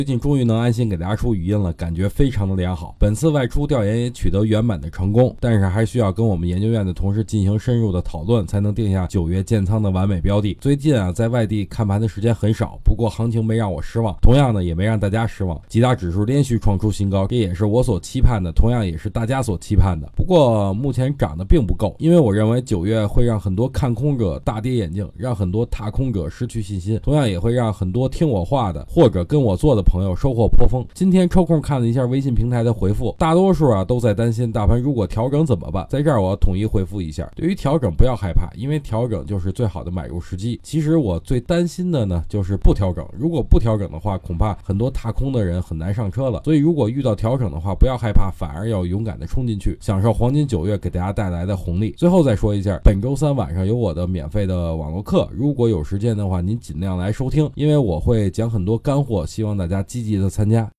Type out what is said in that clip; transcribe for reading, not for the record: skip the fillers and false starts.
最近终于能安心给大家出语音了，感觉非常的良好。本次外出调研也取得圆满的成功，但是还需要跟我们研究院的同事进行深入的讨论，才能定下9月建仓的完美标的。最近在外地看盘的时间很少，不过行情没让我失望，同样呢也没让大家失望，几大指数连续创出新高，这也是我所期盼的，同样也是大家所期盼的。不过目前涨得并不够，因为我认为9月会让很多看空者大跌眼镜，让很多踏空者失去信心，同样也会让很多听我话的或者跟我做的朋友收获颇丰。今天抽空看了一下微信平台的回复，大多数都在担心大盘如果调整怎么办。在这儿我统一回复一下，对于调整不要害怕，因为调整就是最好的买入时机。其实我最担心的呢就是不调整，如果不调整的话，恐怕很多踏空的人很难上车了。所以如果遇到调整的话，不要害怕，反而要勇敢的冲进去，享受黄金9月给大家带来的红利。最后再说一下，本周3晚上有我的免费的网络课，如果有时间的话您尽量来收听，因为我会讲很多干货，希望大家积极的参加。